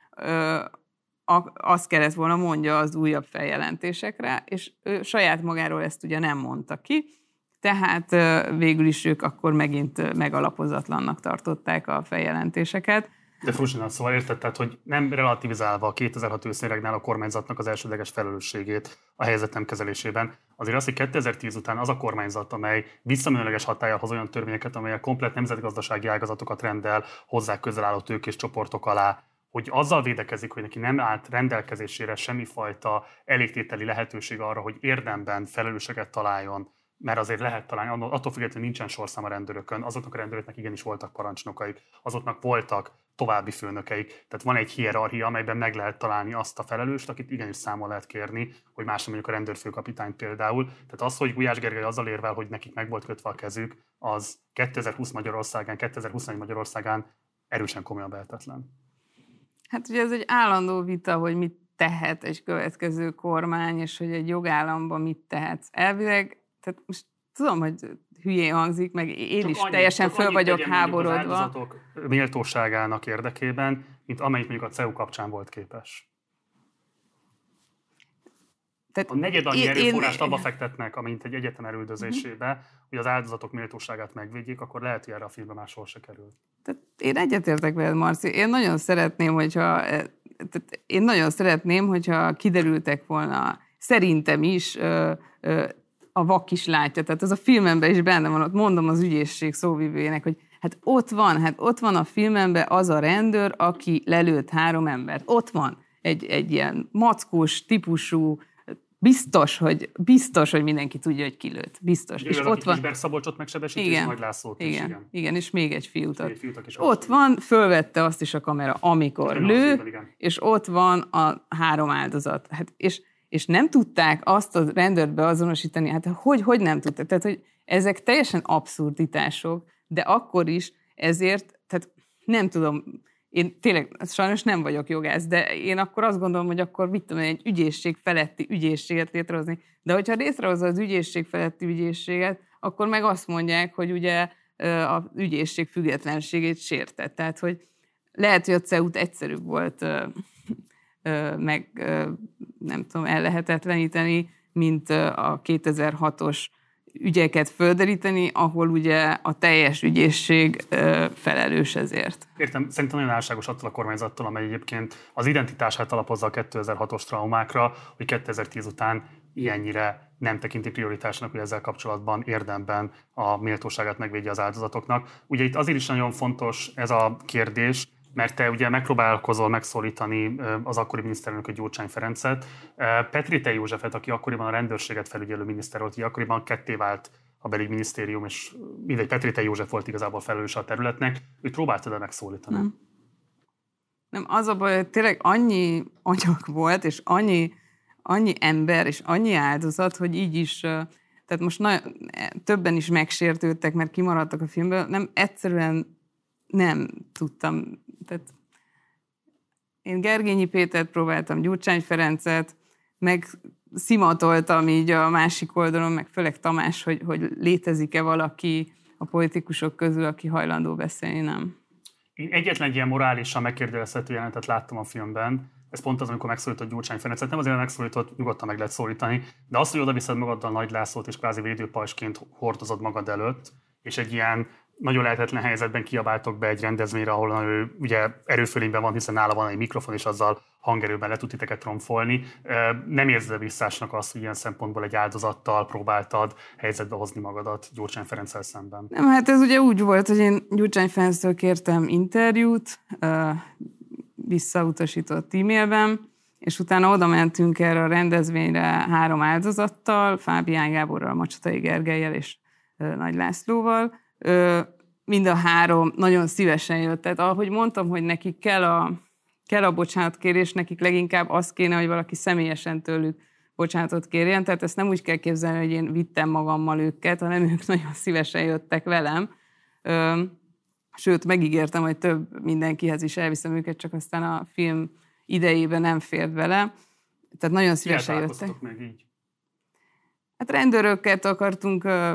azt kellett volna mondja az újabb feljelentésekre, és ő saját magáról ezt ugye nem mondta ki, tehát végül is ők akkor megint megalapozatlannak tartották a feljelentéseket. De Fruzsinat, szóval érted, tehát, hogy nem relativizálva a kétezer-hat őszéregnál a kormányzatnak az elsődleges felelősségét a helyzetem kezelésében. Azért az, hogy kétezer-tíz után az a kormányzat, amely visszamenőleges hatállyal hoz olyan törvényeket, amelyek komplett nemzetgazdasági ágazatokat rendel hozzá közel álló tőkés csoportok alá, hogy azzal védekezik, hogy neki nem állt rendelkezésére semmifajta elégtételi lehetőség arra, hogy érdemben felelőseket találjon, mert azért lehet találni, attól függetlenül nincsen sorszám a rendőrökön, azoknak a rendőröknek igenis voltak parancsnokaik, azoknak voltak további főnökeik. Tehát van egy hierarchia, amelyben meg lehet találni azt a felelőst, akit igenis számon lehet kérni, hogy más mondjuk a rendőrfőkapitány például. Tehát az, hogy Gulyás Gergely azzal érvel, hogy nekik meg volt kötve a kezük, az kétezer-húsz Magyarországán, kétezer-huszonegy Magyarországán erősen komolyan lehetetlen. Hát ugye ez egy állandó vita, hogy mit tehet egy következő kormány, és hogy egy jogállamban mit tehetsz. Elvileg, tehát most tudom, hogy hülyén hangzik, meg én csak is annyi, teljesen föl vagyok háborodva. Az áldozatok méltóságának érdekében, mint amennyit mondjuk a cé e u kapcsán volt képes. Tehát a negyed annyi erőforrást abba fektetnek, amint egy egyetem elüldözésébe, uh-huh. hogy az áldozatok méltóságát megvédjék, akkor lehet, hogy erre a filmbe már sor se kerül. Tehát én egyetértek veled, Marci. Én nagyon szeretném, hogyha tehát én nagyon szeretném, hogyha kiderültek volna, szerintem is ö, ö, a vak is látja. Tehát az a filmemben is benne van, ott mondom az ügyészség szóvivőjének, hogy hát ott van, hát ott van a filmemben az a rendőr, aki lelőtt három embert. Ott van egy, egy ilyen mackós típusú, biztos, hogy, biztos, hogy mindenki tudja, hogy kilőtt. Biztos. Ugye, és az, ott van Kisberg Szabolcsot megsebesít, és Nagy Lászlót is. Igen, igen. igen, és még egy fiútat. Egy ott van, fölvette azt is a kamera, amikor lő, filmben, és ott van a három áldozat. Hát, és, és nem tudták azt a rendőrt beazonosítani, hát hogy, hogy nem tudták? Tehát, hogy ezek teljesen abszurditások, de akkor is ezért, tehát nem tudom, én tényleg sajnos nem vagyok jogász, de én akkor azt gondolom, hogy akkor mit tudom, egy ügyészség feletti ügyészséget létrehozni. De hogyha létrehozza az ügyészség feletti ügyészséget, akkor meg azt mondják, hogy ugye az ügyészség függetlenségét sértett. Tehát, hogy lehet, hogy a cé e u-t egyszerűbb volt meg nem tudom, ellehetetleníteni, mint a kétezer-hatos ügyeket földeríteni, ahol ugye a teljes ügyészség felelős ezért. Értem, szerintem nagyon álságos attól a kormányzattól, amely egyébként az identitását alapozza a kétezer-hatos traumákra, hogy kétezer-tíz után ilyennyire nem tekinti prioritásnak, hogy ezzel kapcsolatban érdemben a méltóságát megvédje az áldozatoknak. Ugye itt azért is nagyon fontos ez a kérdés, mert te ugye megpróbálkozol megszólítani az akkori miniszterelnököt, Gyurcsány Ferencet. Petritei Józsefet, aki akkoriban a rendőrséget felügyelő miniszter volt, hogy akkoriban ketté vált a belügyminisztérium, és mindegy, Petritei József volt igazából felelős a területnek. Őt próbáltad megszólítani? Nem. Nem, az a baj, hogy tényleg annyi anyag volt, és annyi, annyi ember, és annyi áldozat, hogy így is, tehát most na, többen is megsértődtek, mert kimaradtak a filmből, nem, egyszerűen nem tudtam. Tehát én Gergényi Pétert próbáltam, Gyurcsány Ferencet, meg szimatoltam így a másik oldalon, meg főleg Tamás, hogy, hogy létezik-e valaki a politikusok közül, aki hajlandó beszélni, nem. Én egyetlen egy ilyen morálisan megkérdőjelezhető jelenetet láttam a filmben. Ez pont az, amikor megszólított Gyurcsány Ferencet. Nem azért megszólított, nyugodtan meg lehet szólítani, de azt, hogy oda viszed magaddal Nagy Lászlót, és kvázi védőpajsként hordozod magad előtt, és egy ilyen nagyon lehetetlen helyzetben kiabáltok be egy rendezvényre, ahol ő ugye erőfölényben van, hiszen nála van egy mikrofon, és azzal hangerőben le tud titeket tromfolni. Nem érzed visszásnak azt, hogy ilyen szempontból egy áldozattal próbáltad helyzetbe hozni magadat Gyurcsány Ferenccel szemben? Nem, hát ez ugye úgy volt, hogy én Gyurcsány Ferenctől kértem interjút, visszautasított e-mailben, és utána oda mentünk erre a rendezvényre három áldozattal, Fábián Gáborral, Macsatai Gergellyel és Nagy Lászlóval. Mind a három nagyon szívesen jött. Tehát ahogy mondtam, hogy nekik kell a, kell a bocsánatkérés, nekik leginkább az kéne, hogy valaki személyesen tőlük bocsánatot kérjen. Tehát ezt nem úgy kell képzelni, hogy én vittem magammal őket, hanem ők nagyon szívesen jöttek velem. Sőt, megígértem, hogy több mindenkihez is elviszem őket, csak aztán a film idejében nem fért bele. Tehát nagyon szívesen jöttek. Meg így? Hát rendőröket akartunk uh,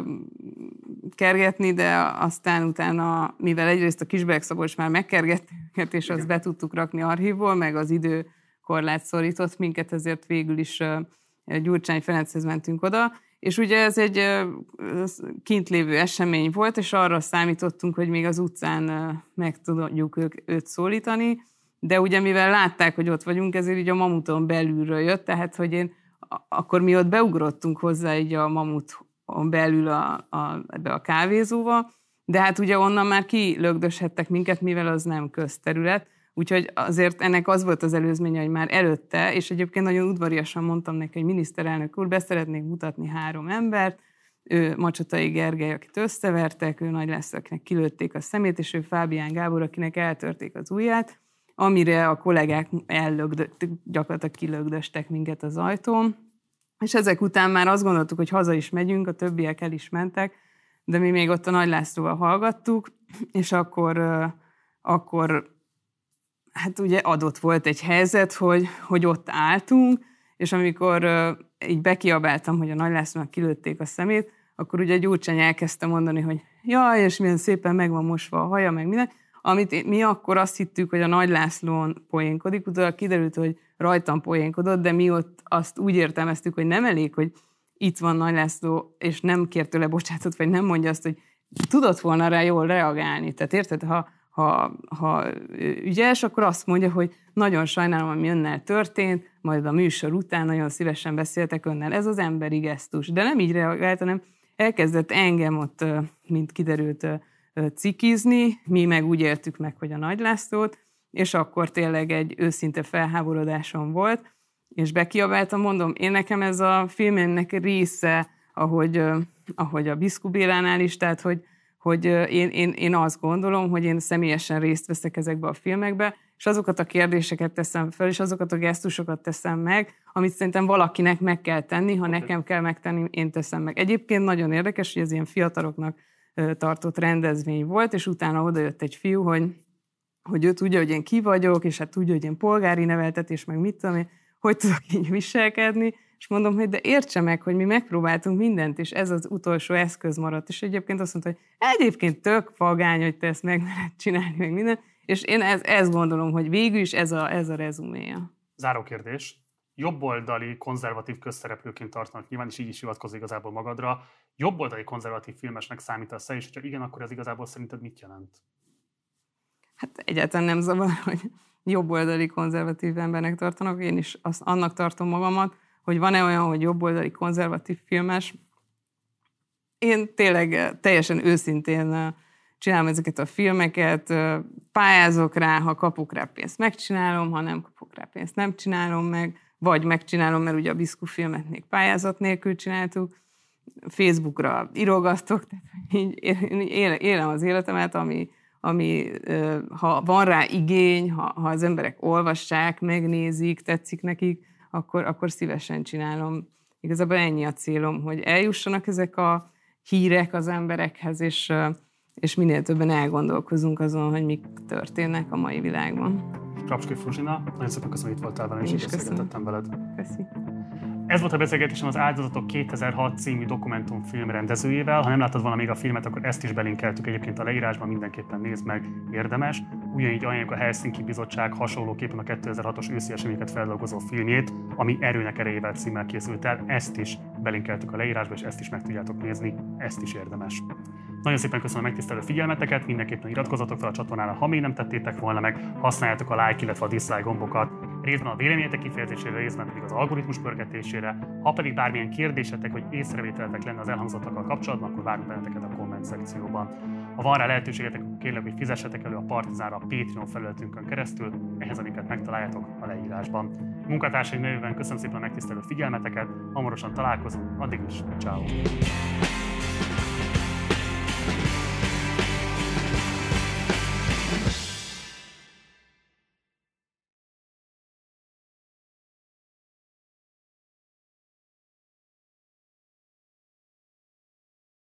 kergetni, de aztán utána, mivel egyrészt a Kisberg-Szabolcs már megkergett őket, és azt be tudtuk rakni archívból, meg az időkorlát szorított minket, ezért végül is uh, Gyurcsány Ferenchez mentünk oda. És ugye ez egy uh, kint lévő esemény volt, és arra számítottunk, hogy még az utcán uh, meg tudjuk ők, őt szólítani, de ugye mivel látták, hogy ott vagyunk, ezért így a Mamuton belülről jött, tehát hogy én akkor mi ott beugrottunk hozzá így a Mamuton belül a, a, ebbe a kávézóba, de hát ugye onnan már kilögdöshettek minket, mivel az nem közterület, úgyhogy azért ennek az volt az előzménye, hogy már előtte, és egyébként nagyon udvariasan mondtam neki, hogy miniszterelnök úr, be szeretnék mutatni három embert, ő Macsatai Gergely, akit összevertek, ő Nagy László, akinek kilőtték a szemét, és ő Fábián Gábor, akinek eltörték az ujját, amire a kollégák ellögdöttek, gyakorlatilag kilögdöstek minket az ajtón. És ezek után már azt gondoltuk, hogy haza is megyünk, a többiek el is mentek, de mi még ott a Nagy Lászlóval hallgattuk, és akkor, akkor hát ugye adott volt egy helyzet, hogy, hogy ott álltunk, és amikor így bekiabáltam, hogy a Nagy Lászlónak kilőtték a szemét, akkor ugye Gyurcsány elkezdte mondani, hogy jaj, és milyen szépen meg van mosva a haja, meg minden, amit mi akkor azt hittük, hogy a Nagy Lászlón poénkodik, utána kiderült, hogy rajtam poénkodott, de mi ott azt úgy értelmeztük, hogy nem elég, hogy itt van Nagy László, és nem kér tőle bocsánatot, vagy nem mondja azt, hogy tudott volna rá jól reagálni. Tehát érted, ha, ha, ha ügyes, akkor azt mondja, hogy nagyon sajnálom, ami önnel történt, majd a műsor után nagyon szívesen beszéltek önnel. Ez az emberi gesztus. De nem így reagált, hanem elkezdett engem ott, mint kiderült, cikizni, mi meg úgy értük meg, hogy a Nagy Lászlót, és akkor tényleg egy őszinte felháborodásom volt, és bekiabáltam, mondom, én nekem ez a filmemnek része, ahogy, ahogy a Biszku Bélánál is, tehát hogy, hogy én, én, én azt gondolom, hogy én személyesen részt veszek ezekbe a filmekbe, és azokat a kérdéseket teszem fel, és azokat a gesztusokat teszem meg, amit szerintem valakinek meg kell tenni, ha nekem kell megtenni, én teszem meg. Egyébként nagyon érdekes, hogy ez ilyen fiataloknak tartott rendezvény volt, és utána odajött egy fiú, hogy, hogy ő tudja, hogy én ki vagyok, és hát tudja, hogy én polgári neveltetés, meg mit tudom én, hogy tudok így viselkedni, és mondom, hogy de értse meg, hogy mi megpróbáltunk mindent, és ez az utolsó eszköz maradt. És egyébként azt mondta, hogy egyébként tök vagány, hogy te ezt meg mered csinálni, meg minden, és én ez, ezt gondolom, hogy végül is ez a, ez a rezuméja. Záró kérdés. Jobboldali konzervatív közszereplőként tartanak nyilván, és így is hivatkozz igazából magadra. Jobboldali konzervatív filmesnek számítasz-e, és hogyha igen, akkor ez igazából szerinted mit jelent? Hát egyáltalán nem zavar, hogy jobboldali konzervatív embernek tartanak. Én is azt, annak tartom magamat, hogy van-e olyan, hogy jobboldali konzervatív filmes. Én tényleg teljesen őszintén csinálom ezeket a filmeket, pályázok rá, ha kapok rá pénzt, megcsinálom, ha nem kapok rá pénzt, nem csinálom meg, vagy megcsinálom, mert ugye a Biszku filmet még pályázat nélkül csináltuk, Facebookra írogatok, tehát így élem az életemet, ami, ami ha van rá igény, ha, ha az emberek olvassák, megnézik, tetszik nekik, akkor, akkor szívesen csinálom. Igazából ennyi a célom, hogy eljussanak ezek a hírek az emberekhez, és, és minél többen elgondolkozunk azon, hogy mik történnek a mai világban. Krapski Fruzsina, nagyon szépen köszönöm, hogy itt voltál velem, és beszélgetettem veled. Köszönöm. Ez volt a beszélgetésem az Áldozatok kétezer-hat című dokumentumfilm rendezőjével. Ha nem láttad volna még a filmet, akkor ezt is belinkeltük egyébként a leírásban, mindenképpen nézd meg, érdemes. Ugyanígy ajánljuk a Helsinki Bizottság hasonlóképpen a kétezer-hatos őszi eseményeket feldolgozó filmjét, ami Erőnek erejével címmel készült el. Ezt is belinkeltük a leírásba, és ezt is meg tudjátok nézni, ezt is érdemes. Nagyon szépen köszönöm a megtisztelő figyelmeteket, mindenképpen iratkozzatok fel a csatornára, ha még nem tettétek volna meg, használjátok a like, illetve a dislike gombokat, részben a véleményetek kifejezésére, részben pedig az algoritmus pörgetésére. Ha pedig bármilyen kérdésetek vagy észrevételetek lenne az elhangzottakkal kapcsolatban, akkor várunk benneteket a komment szekcióban. Ha van rá lehetőségetek, akkor kérlek, hogy fizessetek elő a Partizánra a Patreon felületünkön keresztül, ehhez a linket megtaláljátok a leírásban. Munkatársaim nevében köszönöm szépen a megtisztelő figyelmeteket, hamarosan találkozunk, addig is, ciao.